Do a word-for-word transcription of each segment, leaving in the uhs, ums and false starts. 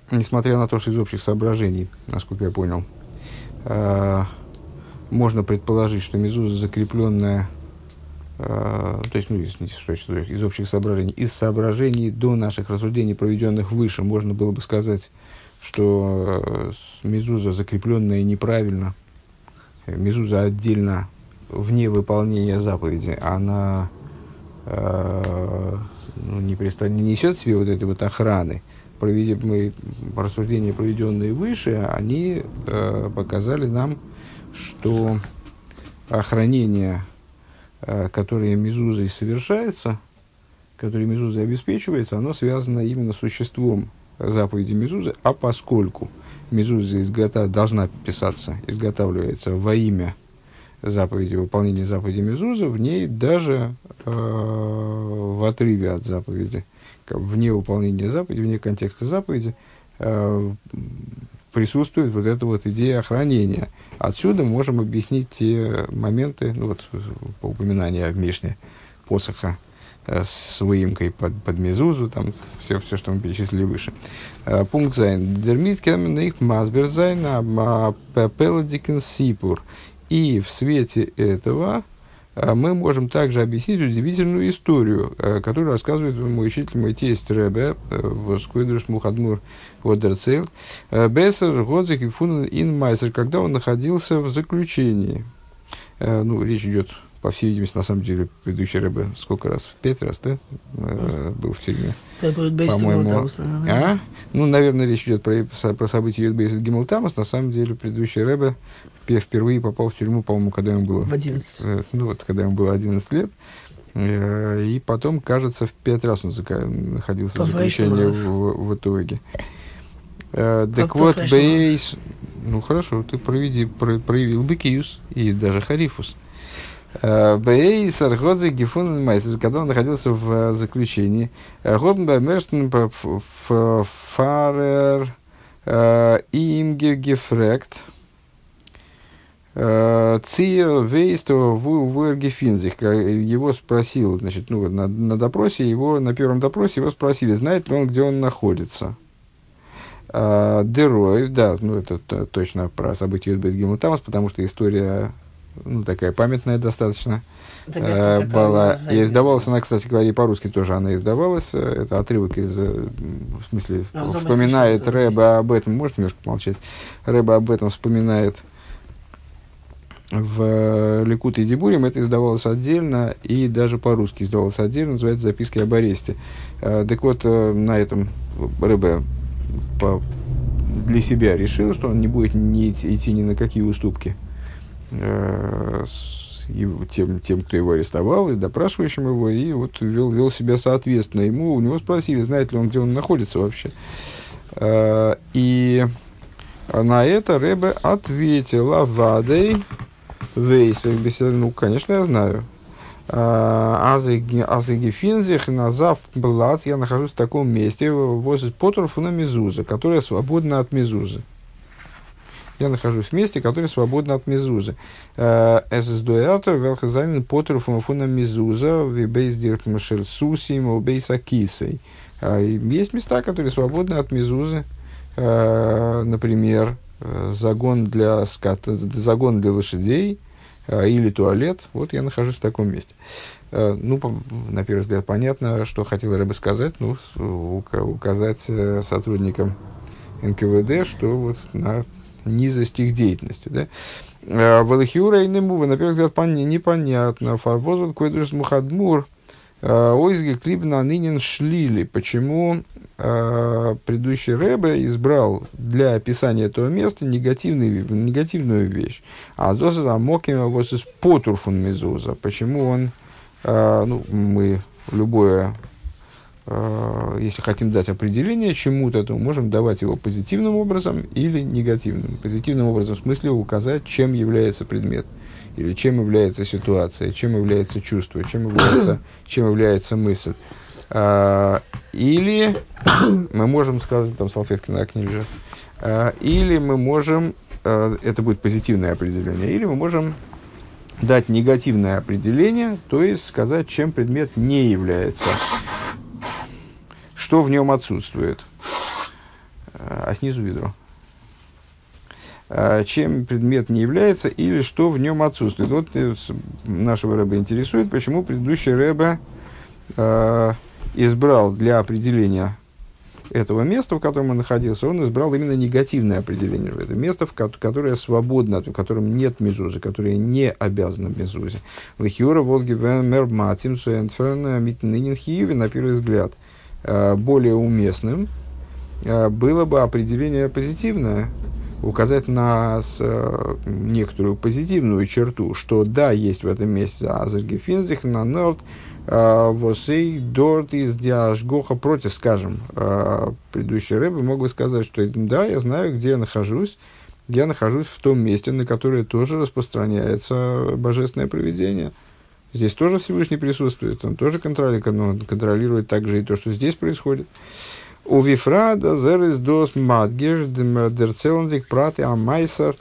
несмотря на то, что из общих соображений, насколько я понял, э, можно предположить, что мезуза закрепленная, э, то есть, ну, из, что, из общих соображений, из соображений до наших рассуждений, проведенных выше, можно было бы сказать, что э, мезуза закрепленная неправильно, мезуза отдельно вне выполнения заповеди, она э, ну, не, пристав... не несет в себе вот этой вот охраны. Проведя... Мы, рассуждения, проведенные выше, они э, показали нам, что охранение, э, которое мезузой совершается, которое мезузой обеспечивается, оно связано именно с существом заповеди мезузы, а поскольку мезуза изготав... должна писаться, изготавливается во имя заповеди, выполнения заповеди мезузы, в ней даже э, в отрыве от заповеди, вне выполнения заповеди, вне контекста заповеди, э, присутствует вот эта вот идея охранения. Отсюда можем объяснить те моменты, ну вот по упоминанию в Мишне посоха э, с выемкой под, под мезузу, там все, все, что мы перечислили выше. Э, пункт зайн. Дермит кемен их мазбер зайн, а пеладикен сипур. И в свете этого а, мы можем также объяснить удивительную историю, а, которую рассказывает мой учитель, мой тесть Ребе, в Скуидрус Мухадмур Водерцейл, Бессер Годзик и Фунен ин Майсер, когда он находился в заключении. А, ну, речь идет, по всей видимости, на самом деле, предыдущий Ребе сколько раз? В пять раз, да? А, был в тюрьме. По-моему, а? Ну, наверное, речь идет про, про события Юдбейсет Гимл Тамас. На самом деле, предыдущий Ребе впервые попал в тюрьму, по-моему, когда ему было... В одиннадцать. Ну, вот, когда ему было одиннадцать лет. И потом, кажется, в пять раз он находился По в заключении в, в итоге. Так вот, Бейс... Ну, хорошо, ты проведи, про, проявил Бекиус и даже Харифус. Бейс Арходзе Гифун Майсер, когда он находился в заключении. Годенбай Мерштен Фарер Имге Гефрект. Цио Вейсто Вуэргефинзих. Его спросил, значит, ну, на, на допросе, его, на первом допросе его спросили, знает ли он, где он находится. Дерой, да, ну, это т- точно про события Юдбейс Гимл Тамас, потому что история, ну, такая памятная достаточно э, была. И издавалась она, кстати говоря, и по-русски тоже она издавалась. Это отрывок из, в смысле, а, вспоминает Рэба об этом, может немножко молчать, Рэба об этом вспоминает в Ликуте и Дибурим. Это издавалось отдельно и даже по-русски издавалось отдельно, называется «Записки об аресте». Э, так вот, э, на этом Рэбе по, для себя решил, что он не будет ни, идти ни на какие уступки э, с, и, тем, тем, кто его арестовал, и допрашивающим его, и вот вел, вел себя соответственно ему. У него спросили, знает ли он, где он находится вообще. Э, и на это Ребе ответил: «Авадей вейсер бисер». Ну, конечно, я знаю. Азегефинзих назав блац, я нахожусь в таком месте, возле Потурфуна Мезуза, которая свободна от Мезузы. Я нахожусь в месте, которое свободно от Мезузы. Эсэсдуэртер велхазайнен Потурфуна Мезуза, вибейсдирк мшельсусим, убейсакисой. Есть места, которые свободны от Мезузы, например, загон для скота, загон для лошадей, или туалет. Вот я нахожусь в таком месте. Ну, на первый взгляд, понятно, что хотел Рэбе сказать, ну, указать сотрудникам эн ка вэ дэ, что вот на низость их деятельности, да. Валахиура и Немува, на первый взгляд, непонятно. Фарвозвод Кведуш Мухадмур, Ойзги Клибна Нынен Шлили. Почему э, предыдущий Ребе избрал для описания этого места негативную вещь? А Зоса Замокима вот из Потурфун Мезуза. Почему он, э, ну, мы любое, э, если хотим дать определение чему-то, то можем давать его позитивным образом или негативным. Позитивным образом в смысле указать, чем является предмет. Или чем является ситуация, чем является чувство, чем является, чем является мысль. А, или мы можем сказать, там салфетки на окне лежат, а, или мы можем, а, это будет позитивное определение, или мы можем дать негативное определение, то есть сказать, чем предмет не является, что в нем отсутствует. а снизу ведро. Чем предмет не является или что в нем отсутствует. Вот нашего рэба интересует, почему предыдущий рэба э, избрал для определения этого места, в котором он находился, он избрал именно негативное определение. Это место, в ко- которое свободно, в котором нет мезузы, которое не обязано мезузе. Лихиура волги вэмэр матим суэнтферн митнынин хиюви, на первый взгляд, э, более уместным э, было бы определение позитивное, указать на с, э, некоторую позитивную черту, что да, есть в этом месте азергефинзих на норд, восей дорт из диашгоха против, скажем, э, предыдущий рэбби мог бы сказать, что да, я знаю, где я нахожусь, я нахожусь в том месте, на которое тоже распространяется божественное провидение. Здесь тоже Всевышний присутствует, он тоже контролирует, он контролирует также и то, что здесь происходит. У Вифрада зерис дос мадгеш дерцеландик праты амайсер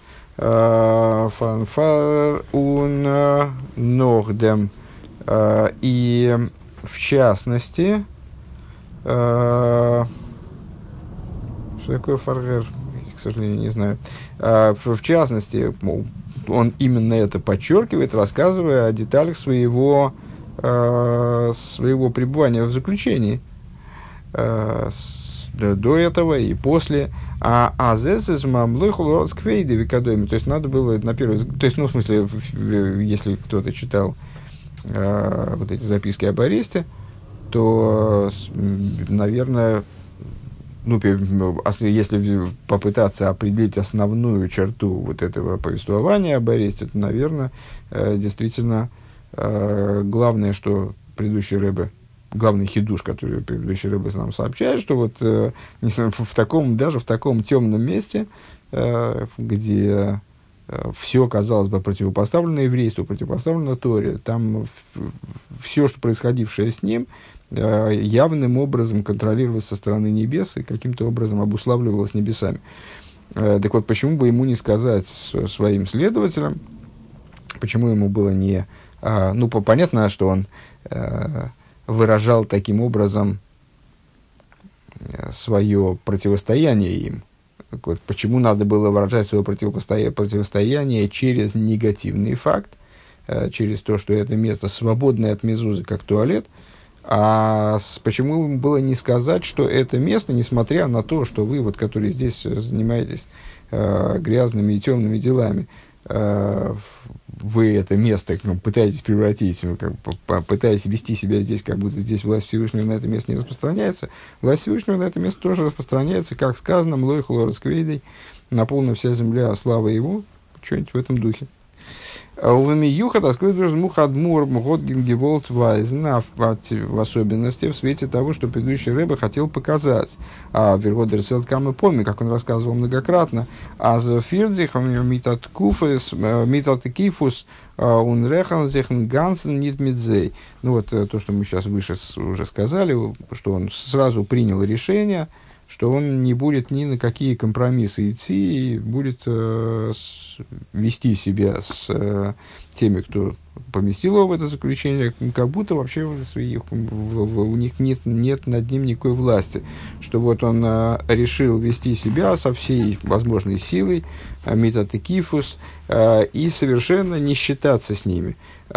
фанфар ун ногдем. И в частности, что такое фаргер, к сожалению, не знаю. В частности, он именно это подчеркивает, рассказывая о деталях своего, своего пребывания в заключении. До этого и после. А азэсэс мамлых лордсквейды викадоми. То есть надо было на первый взгляд, то есть, ну, в смысле, если кто-то читал э, вот эти записки об аресте, то, наверное, ну, если попытаться определить основную черту вот этого повествования об аресте, то, наверное, э, действительно э, главное, что предыдущий рэбе, главный хидуш, который предыдущий рэбе нам сообщает, что вот э, в таком, даже в таком темном месте, э, где э, все, казалось бы, противопоставлено еврейству, противопоставлено Торе, там все, что происходившее с ним, э, явным образом контролировалось со стороны небес и каким-то образом обуславливалось небесами. Э, так вот, почему бы ему не сказать своим следователям, почему ему было не... Э, ну, понятно, что он... Э, выражал таким образом свое противостояние им. Вот, почему надо было выражать свое противостояние, противостояние через негативный факт, э, через то, что это место свободное от мезузы, как туалет, а с, почему им было не сказать, что это место, несмотря на то, что вы, вот, которые здесь занимаетесь э, грязными и темными делами, э, вы это место, ну, пытаетесь превратить, вы, как, пытаетесь вести себя здесь, как будто здесь власть Всевышнего на это место не распространяется. Власть Всевышнего на это место тоже распространяется, как сказано, «Млой хлорос квейдой», наполнена вся земля слава его, что-нибудь в этом духе. В особенности в свете того, что предыдущий рэбе хотел показать. А Верводер Селткам и помни, как он рассказывал многократно, а за фирдзихом митаткифус унреханзехн гансен нит мидзей. Ну вот то, что мы сейчас выше уже сказали, что он сразу принял решение, что он не будет ни на какие компромиссы идти и будет э, с, вести себя с э, теми, кто поместил его в это заключение, как будто вообще в, в, в, у них нет, нет над ним никакой власти. Что вот он э, решил вести себя со всей возможной силой, э, митатекифус, э, и совершенно не считаться с ними.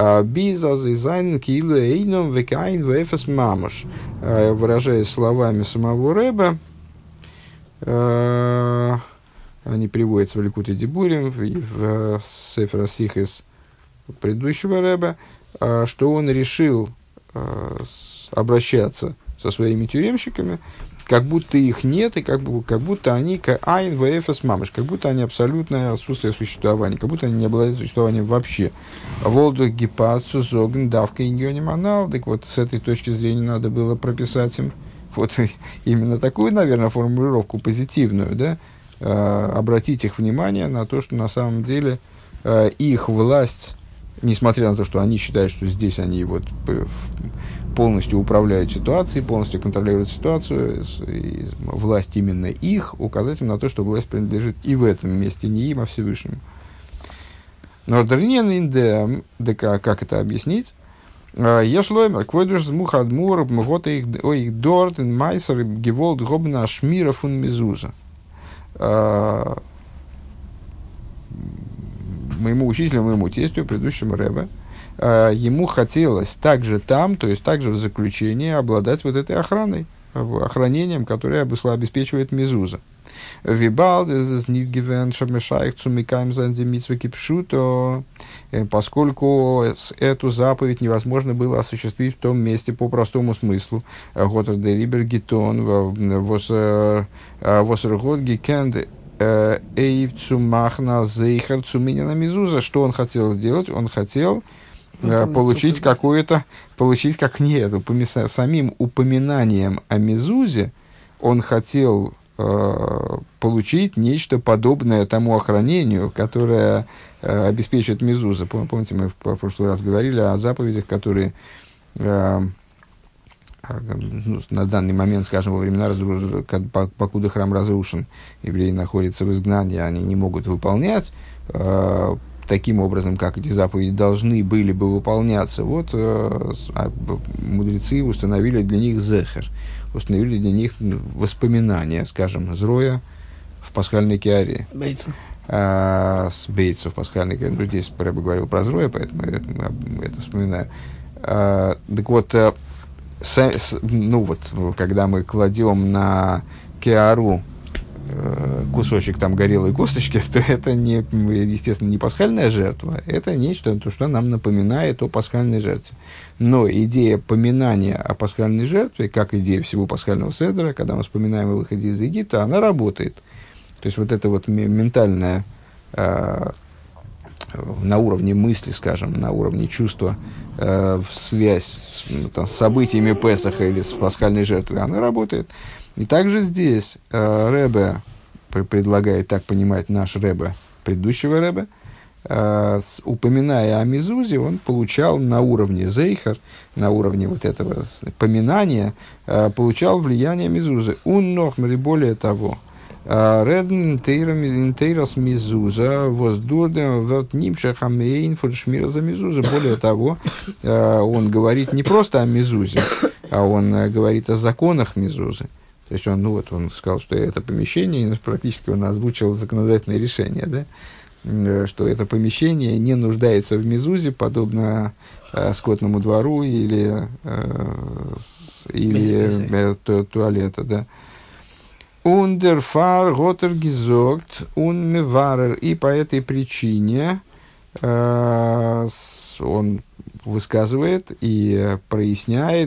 Выражаясь словами самого рэба, они приводятся в Ликутей Дибурим и в Сефер Сихес предыдущего рэба, что он решил обращаться со своими тюремщиками, как будто их нет, и как, бы, как будто они айн вэфэс мамыш, как будто они абсолютное отсутствие существования, как будто они не обладают существованием вообще. Волду гипацу зогн давка иньони манал, так вот с этой точки зрения надо было прописать им вот именно такую, наверное, формулировку позитивную, да, э, обратить их внимание на то, что на самом деле э, их власть, несмотря на то, что они считают, что здесь они вот полностью управляют ситуацией, полностью контролируют ситуацию, и власть именно их, указать им на то, что власть принадлежит и в этом месте не им, а Всевышнему. Но как это объяснить? Ешлоймер, квойдуш змух адмур, мгота их дорт, майсер, геволд, гобна, шмира фун мезуза. э, моему учителю, моему тестю, предыдущему Ребе, э, ему хотелось также там, то есть также в заключении, обладать вот этой охраной, охранением, которое обеспечивает мезуза. Вибал, поскольку эту заповедь невозможно было осуществить в том месте по простому смыслу. Что он хотел сделать? Он хотел получить какое-то, получить как нет, упомя- самим упоминанием о мезузе он хотел э, получить нечто подобное тому охранению, которое э, обеспечивает мезуза. Помните, мы в, в прошлый раз говорили о заповедях, которые э, ну, на данный момент, скажем, во времена, разруш... покуда храм разрушен, евреи находятся в изгнании, они не могут выполнять э, таким образом, как эти заповеди должны были бы выполняться. Вот э, мудрецы установили для них зехер, установили для них воспоминания, скажем, зроя в пасхальной киаре. Бейца. А, с бейца в пасхальной киаре. Ну, здесь Рэбе говорил про зроя, поэтому я это, это вспоминаю. А, так вот, а, с, с, ну вот, когда мы кладем на киару кусочек там горелой косточки, то это, не, естественно, не пасхальная жертва, это нечто, то, что нам напоминает о пасхальной жертве. Но идея поминания о пасхальной жертве, как идея всего пасхального седера, когда мы вспоминаем о выходе из Египта, она работает. То есть вот это вот ментальное э, на уровне мысли, скажем, на уровне чувства э, в связь с, ну, там, с событиями Песаха или с пасхальной жертвой, она работает. И также здесь э, Ребе предлагает так понимать наш Ребе, предыдущего Ребе, э, с, упоминая о мезузе, он получал на уровне зейхар, на уровне вот этого поминания, э, получал влияние мезузы. Он нохмер, и более того, Реден интейрас мезуза воздурдем верт нимшах амейн фуршмир за мезуза. Более того, э, он говорит не просто о мезузе, а он э, говорит о законах мезузы. То есть он, ну вот, он сказал, что это помещение, практически он озвучил законодательное решение, да? Что это помещение не нуждается в мезузе, подобно э, скотному двору или, э, или э, ту, туалета. Да? Ундерфар готер гизогт ун меварер. И по этой причине э, он высказывает и проясняет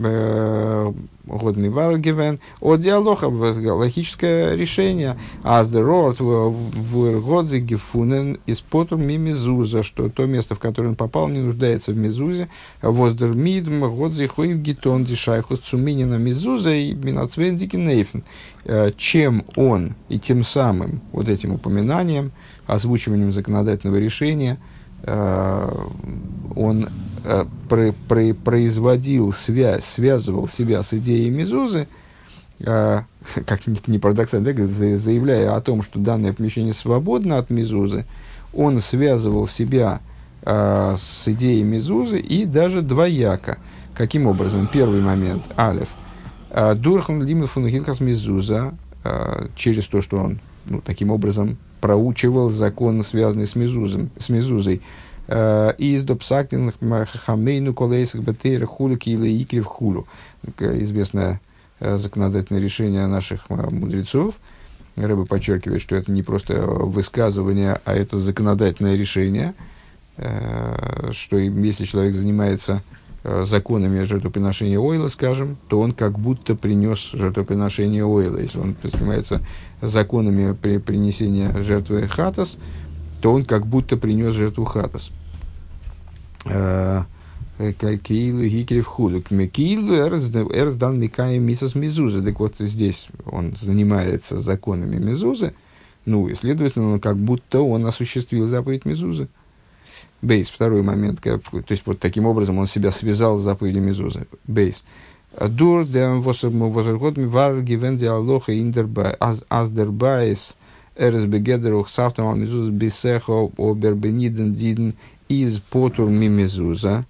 годный варгивен от диалога, логическое решение. As the road were godzi gefunden is potom мимезуза, что то место, в которое он попал, не нуждается в мезузе. Воздер мидм годзи хоив гитон дишайхус цуминина мезуза и минацвендики нейфен. Чем он и тем самым вот этим упоминанием, озвучиванием законодательного решения, он э, про, про, производил связь, связывал себя с идеей мезузы, э, как ни, ни парадоксально, да, заявляя о том, что данное помещение свободно от мезузы, он связывал себя э, с идеей мезузы и даже двояко. Каким образом? Первый момент, алеф. Дурхан лимфун хилхас мезуза, через то, что он, ну, таким образом проучивал закон, связанный с, мезузом, с мезузой. Из допсактин хамейну колейсах бетейра хулу киле икрив хулу. Известное законодательное решение наших мудрецов. Рэбе подчеркивает, что это не просто высказывание, а это законодательное решение, что если человек занимается законами жертвоприношения ойла, скажем, то он как будто принес жертвоприношение ойла. Если он занимается законами при принесения жертвы хатас, то он как будто принес жертву хатас. Киилу гикрив худу. Киилу эрсдан микаем мисас мезузы. Так вот, здесь он занимается законами мезузы, ну, и, следовательно, он как будто он осуществил заповедь мезузы. Бейс, второй момент, как, то есть вот таким образом он себя связал с заповедью мезузы. Бейс. Дур дем возергот мивар гивен диалоха индербай аздербайс эрсбегедерух сафтам мезуз бисехо обербениден диден из потур мимезуза.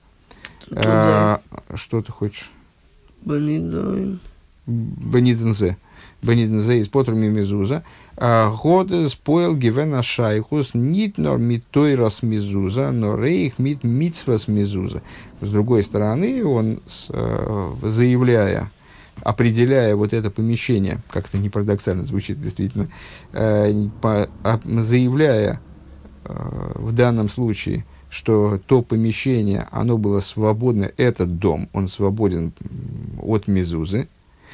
Что ты хочешь? Бениден. Бенидензе. бенидзе из потруми мезуза, год спойл гивена шайхус нит нор митойрас мезуза, но рейх мит митсвас мезуза. С другой стороны, он, заявляя, определяя вот это помещение, как-то не парадоксально звучит действительно, заявляя в данном случае, что то помещение, оно было свободно, этот дом, он свободен от мезузы,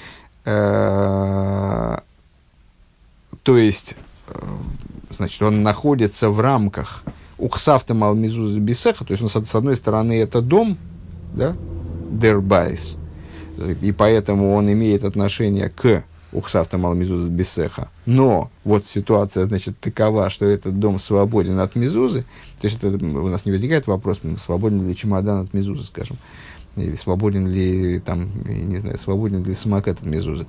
то есть, значит, он находится в рамках ухсавта мал мезузы бисеха, то есть, он, с одной стороны, это дом, да, дербайс, и поэтому он имеет отношение к ухсавта мал мезузы бисеха, но вот ситуация, значит, такова, что этот дом свободен от мезузы, то есть, это, у нас не возникает вопрос, свободен ли чемодан от мезузы, скажем, или свободен ли, там, не знаю, свободен ли самокат от мезузы.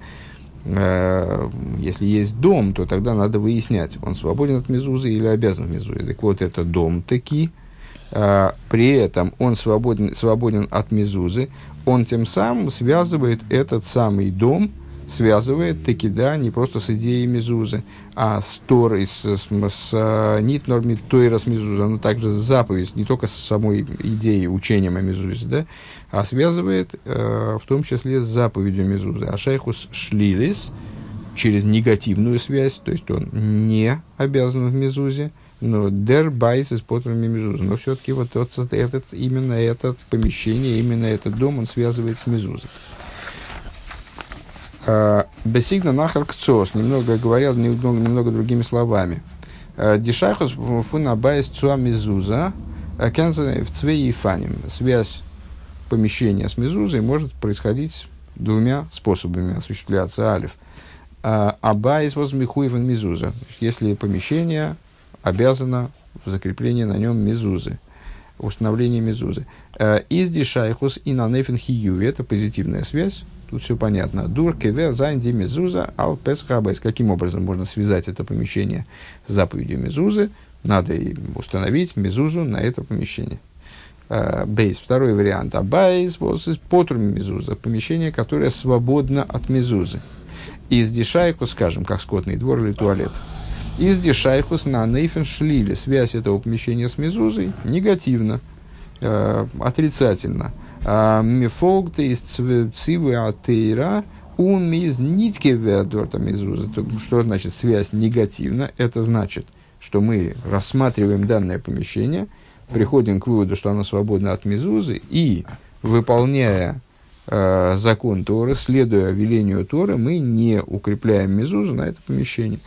Если есть дом, то тогда надо выяснять, он свободен от мезузы или обязан в мезузе. Так вот, это дом таки, при этом он свободен, свободен от мезузы, он тем самым связывает этот самый дом, связывает таки, да, не просто с идеей мезузы, а с Торой, с, с, с нит нормит Тойра с мезуза, но также с заповедью, не только с самой идеей, учением о мезузе, да, а связывает э, в том числе с заповедью мезузы. А шайхус шлилис через негативную связь, то есть он не обязан в мезузе, но дер байс из потрами мезузы. Но все-таки вот этот, этот, именно это помещение, именно этот дом он связывает с мезузой. Бесигна нахар кцос, немного говорил, немного, немного другими словами. Дишайхус фунабайс цуа мезуза, кенза в цвей и фаним. Связь помещения с мезузой может происходить двумя способами, осуществляться алиф. Абайс возмехуеван мезуза, если помещение обязано в закреплении на нем мезузы, установление мезузы. Из дишайхус и на нефен хиюви, это позитивная связь. Тут все понятно. Дур кеве зайнди мезуза ал песхабайс. Каким образом можно связать это помещение с заповедью мезузы? Надо установить мезузу на это помещение. Бейс. Второй вариант. Абайс вот из потруми мезуза. Помещение, которое свободно от мезузы. Из дишайхус, скажем, как скотный двор или туалет. Из дишайхус на нейфен шлили. Связь этого помещения с мезузой негативно, э, отрицательно. Мифолгта из цивы атеира ун миз нитки ведорта мезуза. Что значит связь негативна? Это значит, что мы рассматриваем данное помещение, приходим к выводу, что оно свободно от мезузы, и, выполняя э, закон Торы, следуя велению Торы, мы не укрепляем мезузу на это помещение.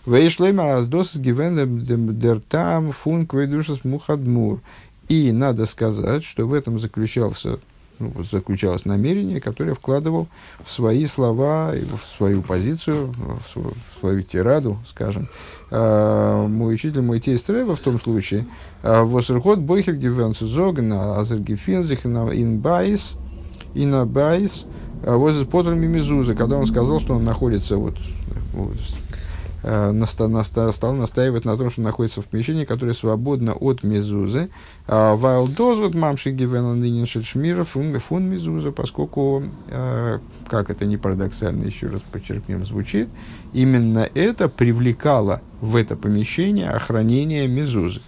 И надо сказать, что в этом заключался Ну, заключалось намерение, которое вкладывал в свои слова, в свою позицию, в свою, в свою тираду, скажем, э, мой учитель, мой тесть Ребе в том случае, «Восерхот бойхер гивенцу зогна азергефинзих инбайс, инабайс, возле потрами мезузы», когда он сказал, что он находится вот, вот Наста, наста, стал настаивать на том, что находится в помещении, которое свободно от мезузы. Вайлдозут мамши гивена нынешнего шмира фун фун мезуза, поскольку, как это не парадоксально, еще раз подчеркнем, звучит, именно это привлекало в это помещение охранение мезузы.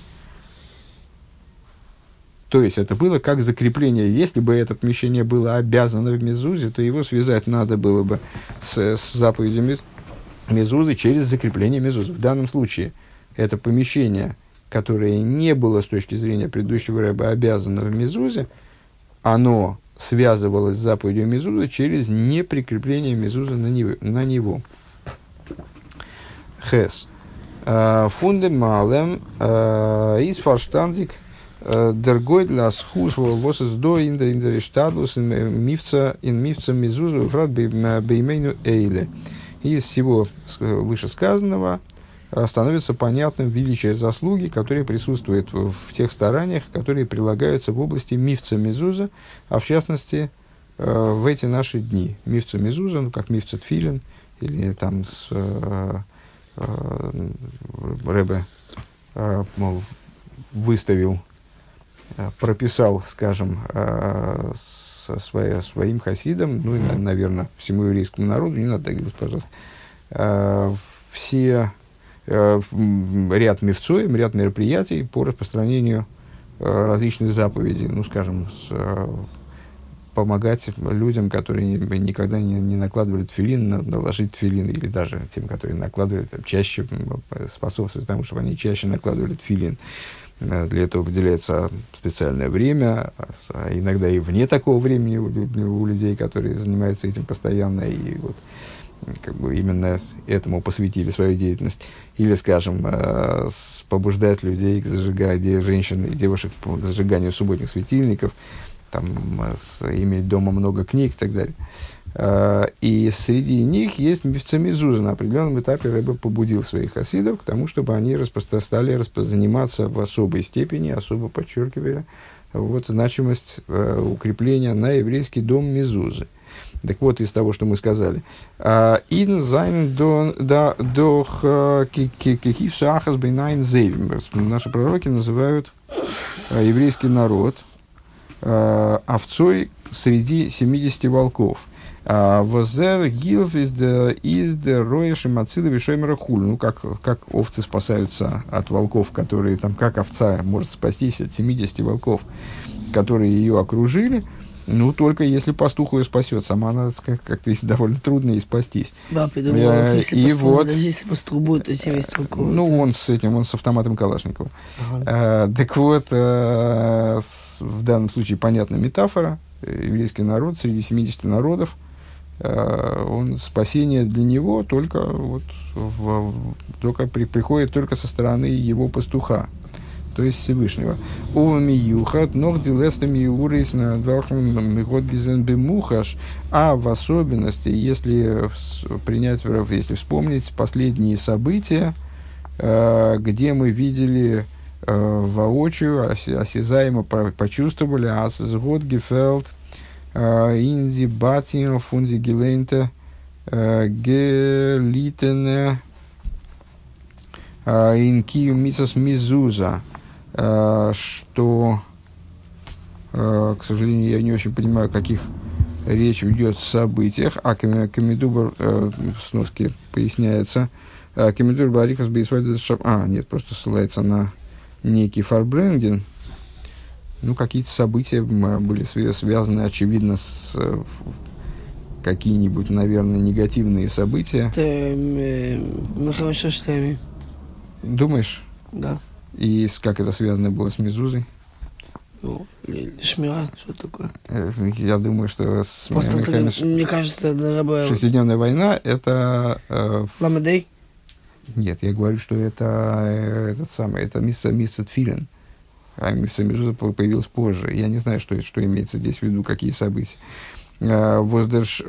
То есть это было как закрепление. Если бы это помещение было обязано в мезузе, то его связать надо было бы с, с заповедью мезузы. Мезузы через закрепление мезузы. В данном случае это помещение, которое не было с точки зрения предыдущего рэба обязано в мезузе, оно связывалось с заповедью мезузы через неприкрепление мезузы на него. На него. Хес. Фунде малем из фарштандик дергой для схус восс до индериштадлус мифца ин мифца мезузу фрат беймейну эйле. Из всего вышесказанного становится понятным величие заслуги, которые присутствуют в, в тех стараниях, которые прилагаются в области мифца мезуза, а в частности э, в эти наши дни. Мифца мезуза, ну как мифца тфилин, или там с э, э, Ребе э, мол, выставил, э, прописал, скажем, э, со своя, своим хасидам, ну и, наверное, всему еврейскому народу, не надо так говорить, пожалуйста, э, все э, ряд мифцоем, ряд мероприятий по распространению э, различных заповедей, ну, скажем, с, э, помогать людям, которые никогда не, не накладывали тфилин, на, наложить тфилин, или даже тем, которые накладывали, там, чаще способствовать тому, чтобы они чаще накладывали тфилин. Для этого выделяется специальное время, а иногда и вне такого времени у, у людей, которые занимаются этим постоянно, и вот как бы именно этому посвятили свою деятельность. Или, скажем, побуждать людей к зажиганию, женщин и девушек к зажиганию субботних светильников, там, иметь дома много книг и так далее. И среди них есть мифца мезуза. На определенном этапе Ребе побудил своих хасидов к тому, чтобы они распро- стали распро- заниматься в особой степени, особо подчеркивая вот, значимость э, укрепления на еврейский дом мезузы. Так вот, из того, что мы сказали. «Ин зайн дох кихив шахас бейнайн зейвим». Наши пророки называют еврейский народ овцой среди семидесяти волков. Возер гилф из де роеши мацилы вишоймера хуль. Ну, как, как овцы спасаются от волков, которые там, как овца может спастись от семидесяти волков, которые ее окружили. Ну, только если пастух ее спасет. Сама она как- как-то довольно трудно и спастись. Да, я думаю, если и пастух, вот, даже если пастух будет, то семьдесят волков. ну, это... он с этим, он с автоматом Калашникова. Ага. А, так вот, а, с, в данном случае понятна метафора. Еврейский народ среди семидесяти народов, а, он, спасение для него только, вот, в, в, только при, приходит только со стороны его пастуха, то есть Всевышнего. Овами юхат, ног дилестами урис на двалхам год гизен бемухаш. А в особенности, если принять, если вспомнить последние события, где мы видели воочию, осязаемо почувствовали, ас год гефелд, инди батин фунди геленте, гелитене, инкию мисас мизуза. Что, к сожалению, я не очень понимаю, о каких речь ведет в событиях, а Камедубар в сноске поясняется, Камедубар Барихас Бейсвайдес Шаб... А, нет, просто ссылается на некий Фарбрендин. Ну, какие-то события были связаны, очевидно, с какие-нибудь, наверное, негативные события. Это что что Думаешь? Да. И с, как это связано было с Мезузой? Ну, Шмира, что такое? Я думаю, что с Просто это, конечно, мне кажется, Раба... шестидневная война это... Э, Ламедей? Нет, я говорю, что это э, этот самый, это мисса мисса Тфилин. А мисса Мезуза появилась позже. Я не знаю, что, это, что имеется здесь в виду, какие события. Воздерш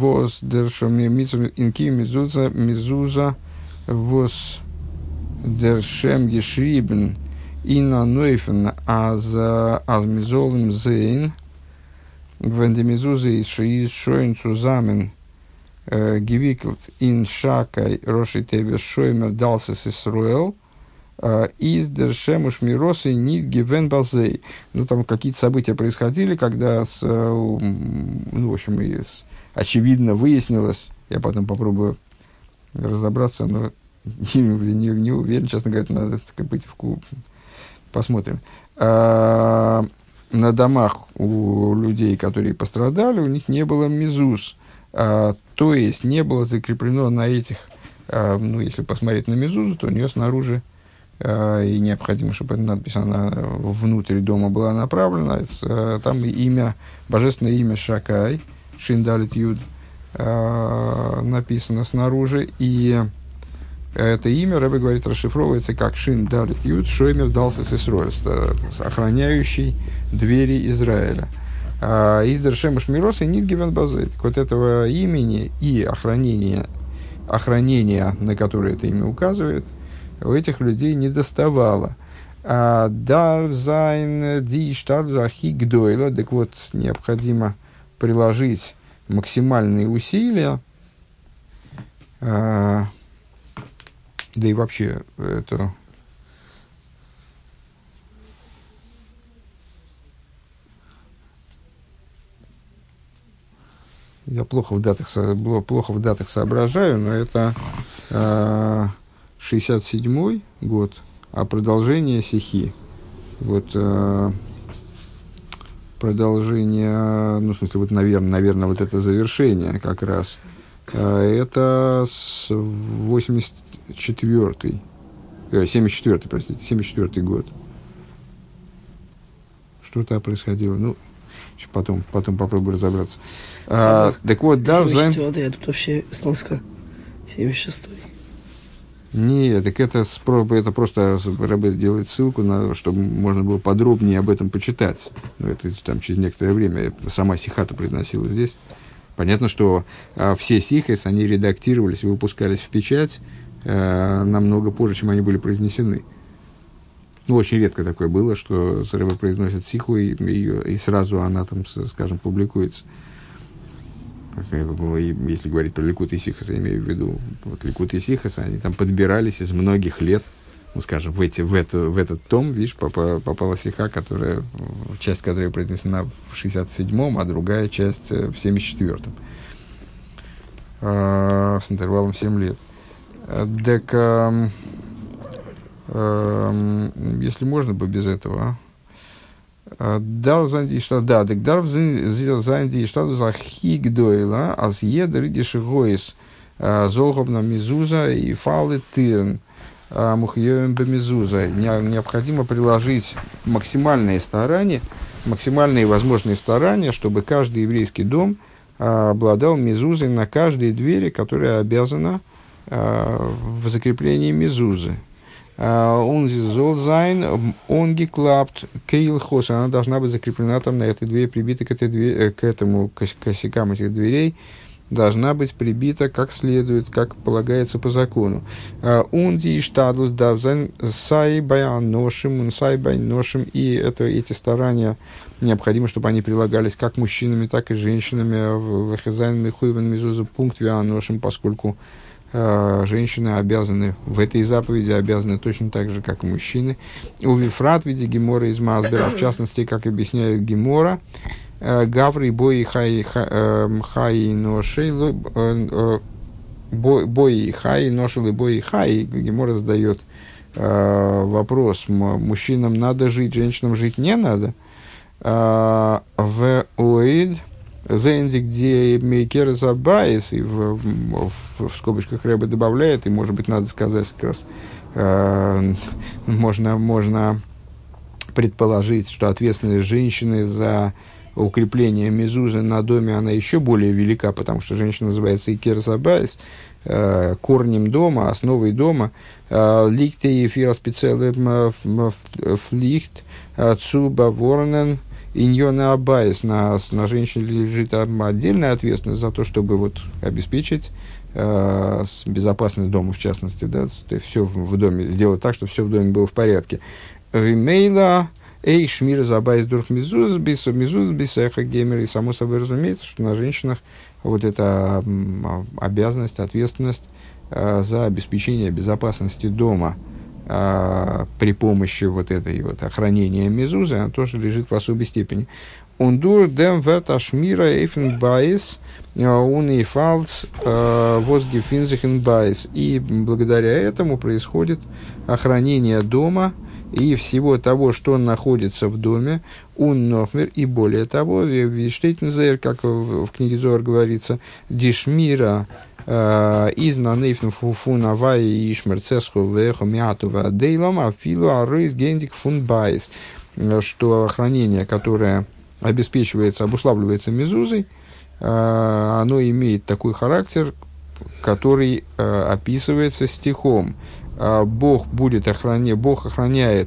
мисса инки Мезуза Мезуза воз дершем гешрибен Инна Нойфен аз аз мизолым зейн wenn die Mezuse ist schön zusammen äh, gewickelt in Shakai Roshi Teves Shoimer Dalses Israel из der Шемуш Миросы Нит Гивен Базей. Ну, там какие-то события происходили, когда, с, ну, в общем, и с, очевидно выяснилось, я потом попробую разобраться, но не, не, не уверен, честно говоря, надо быть в куб. Посмотрим. А, на домах у людей, которые пострадали, у них не было мезуз. А, то есть не было закреплено на этих, а, ну, если посмотреть на мезузу, то у нее снаружи, а, и необходимо, чтобы эта надпись она внутрь дома была направлена. А, там имя, божественное имя Шакай, Шиндалит Юд, а, написано снаружи, и это имя, Ребе говорит, расшифровывается как Шин Далит Юд Шоймер Далсес Исроэль, охраняющий двери Израиля. Издер Шемуш Мирос и Нит Гивен Базель. Вот этого имени и охранения, охранения, на которое это имя указывает, у этих людей не доставало. Дар зайн ди штат захи гдойла. Так вот, необходимо приложить максимальные усилия. Да и вообще, это... я плохо в датах, со- было плохо в датах соображаю, но это э, шестьдесят седьмой год, а продолжение сихи. Вот э, продолжение, ну, в смысле, вот, наверное, наверное, вот это завершение как раз. Э, это с восемьдесят четвёртый, э, семьдесят четвёртый, простите, семьдесят четвёртый год. Что-то происходило, ну, еще потом, потом попробую разобраться. А, так вот, да, семьдесят четвёртый, а тут вообще сноска семьдесят шестой. Нет, так это, спро- это просто Рэбе делает ссылку, на, чтобы можно было подробнее об этом почитать. Но это там через некоторое время. Сама сихата произносила здесь. Понятно, что а, все сихес, они редактировались, выпускались в печать а, намного позже, чем они были произнесены. Ну, очень редко такое было, что Рэбе произносит сиху, и, и, и сразу она там, скажем, публикуется. Если говорить про Ликут и Сихас, я имею в виду, вот Ликут и Сихас, они там подбирались из многих лет, ну, скажем, в, эти, в, эту, в этот том, видишь, попала, попала сиха, которая, часть которой произнесена в шестьдесят седьмом, а другая часть в семьдесят четвёртом, э, с интервалом семь лет. Так, э, э, если можно бы без этого, а? Дарф sein die Stadt, да, так darf sein die Stadt захиг дойла, als jeder ридische Gois золхоб на мизуза и фалы тирн мухьёем бемизуза. Необходимо приложить максимальные старания, максимальные возможные старания, чтобы каждый еврейский дом обладал мизузой на каждой двери, которая обязана в закреплении мизузы. Он зол зайн, он геклапт, кейл хос, она должна быть закреплена там на этой двери, прибита к, этой двери, к этому косякам этих дверей, должна быть прибита как следует, как полагается по закону. Он ди штадлус давзайн сай баян ношим, сай баян ношим, и это, эти старания необходимо, чтобы они прилагались как мужчинами, так и женщинами в лахизайн михуеван мизузу пункт виан ношим, поскольку женщины обязаны, в этой заповеди обязаны точно так же, как и мужчины. У Вифрат в виде Гемора из Масбера, в частности, как объясняет Гемора, Гаври бои хай хай ношей бои хай ношел бои хай. Гемора задает вопрос: мужчинам надо жить, женщинам жить не надо. В оид Зенди, где Мейкер Забайс, и в, в, в, в скобочках Рэбе добавляет, и, может быть, надо сказать как раз, э, можно, можно предположить, что ответственность женщины за укрепление мезузы на доме, она еще более велика, потому что женщина называется Икер Забайс, э, корнем дома, основой дома. Ликте эфира специальный флихт цуба ворнен. Иньона Абайс, на, на женщине лежит отдельная ответственность за то, чтобы вот обеспечить э, безопасность дома, в частности, да, то есть все в доме, сделать так, чтобы все в доме было в порядке. Ремейла, эй, шмир забайс дурх мизуз, бис мизуз, бисеха геймер, и само собой разумеется, что на женщинах вот эта обязанность, ответственность э, за обеспечение безопасности дома А, при помощи вот этой вот охранения мезузы, она тоже лежит в особой степени. Ундур дем верта шмира эйфен байс он и фалс возгефинзихен байс. И благодаря этому происходит охранение дома и всего того, что находится в доме, ун нохмер, и более того, виштейтензейр, как в, в книге Зоар говорится, дишмира из нанейфн фуфун авай и шмерцесху веху мяту вадейлом афилу арыз гендик фун байс, что охранение, которое обеспечивается, обуславливается мезузой, оно имеет такой характер, который описывается стихом. Бог будет охранять, Бог охраняет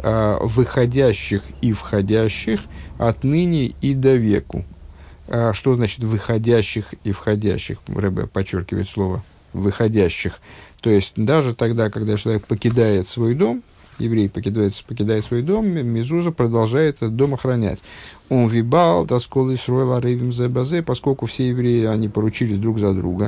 выходящих и входящих отныне и до веку. Что значит выходящих и входящих? Рэбе подчеркивает слово выходящих. То есть даже тогда, когда человек покидает свой дом, еврей покидает, покидает свой дом, мезуза продолжает этот дом охранять. Он вибал, досколы шруэла рейвим зебазе, поскольку все евреи, они поручились друг за друга.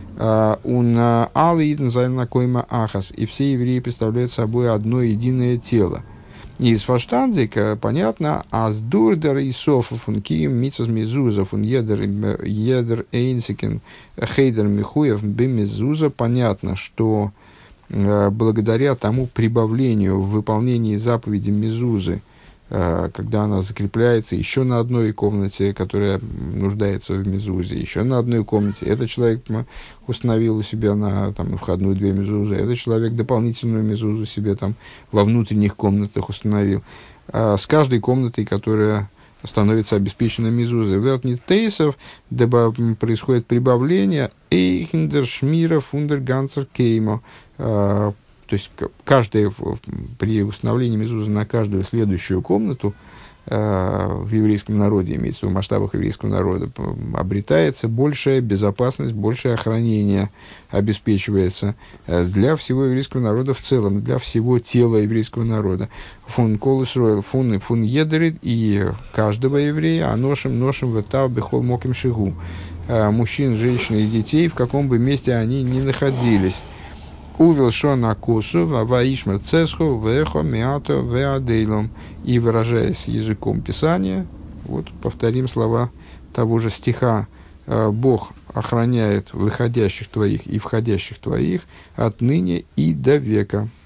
Он алидн зайна койма ахас, и все евреи представляют собой одно единое тело. Из фаштандзика понятно, аз дурдер и софа функием митсас мизуза фун едер едер эйнсикен хейдер михуев бимизуза. Понятно, что э, благодаря тому прибавлению в выполнении заповеди мизузы, э, когда она закрепляется еще на одной комнате, которая нуждается в мизузе, еще на одной комнате, этот человек установил у себя на там, входную дверь мизузы, этот человек дополнительную мизузу себе там во внутренних комнатах установил. А с каждой комнатой, которая становится обеспеченной мизузой, вертнит тейсов, дабы происходит прибавление эйхендер шмира фундер ганцер кеймо. То есть каждое, при установлении мизузы на каждую следующую комнату в еврейском народе, имеется в виду в масштабах еврейского народа, обретается большая безопасность, большее охранение обеспечивается для всего еврейского народа в целом, для всего тела еврейского народа. Фун кол Исроэл, фун и фун едерит, и каждого еврея, а ношим, ношим вэтав бехол моким шигу. Мужчин, женщин и детей, в каком бы месте они ни находились. Увел шона косу, ваишмер цесху, вехо, миато, веадейлом. И выражаясь языком Писания, вот повторим слова того же стиха: Бог охраняет выходящих твоих и входящих твоих отныне и до века.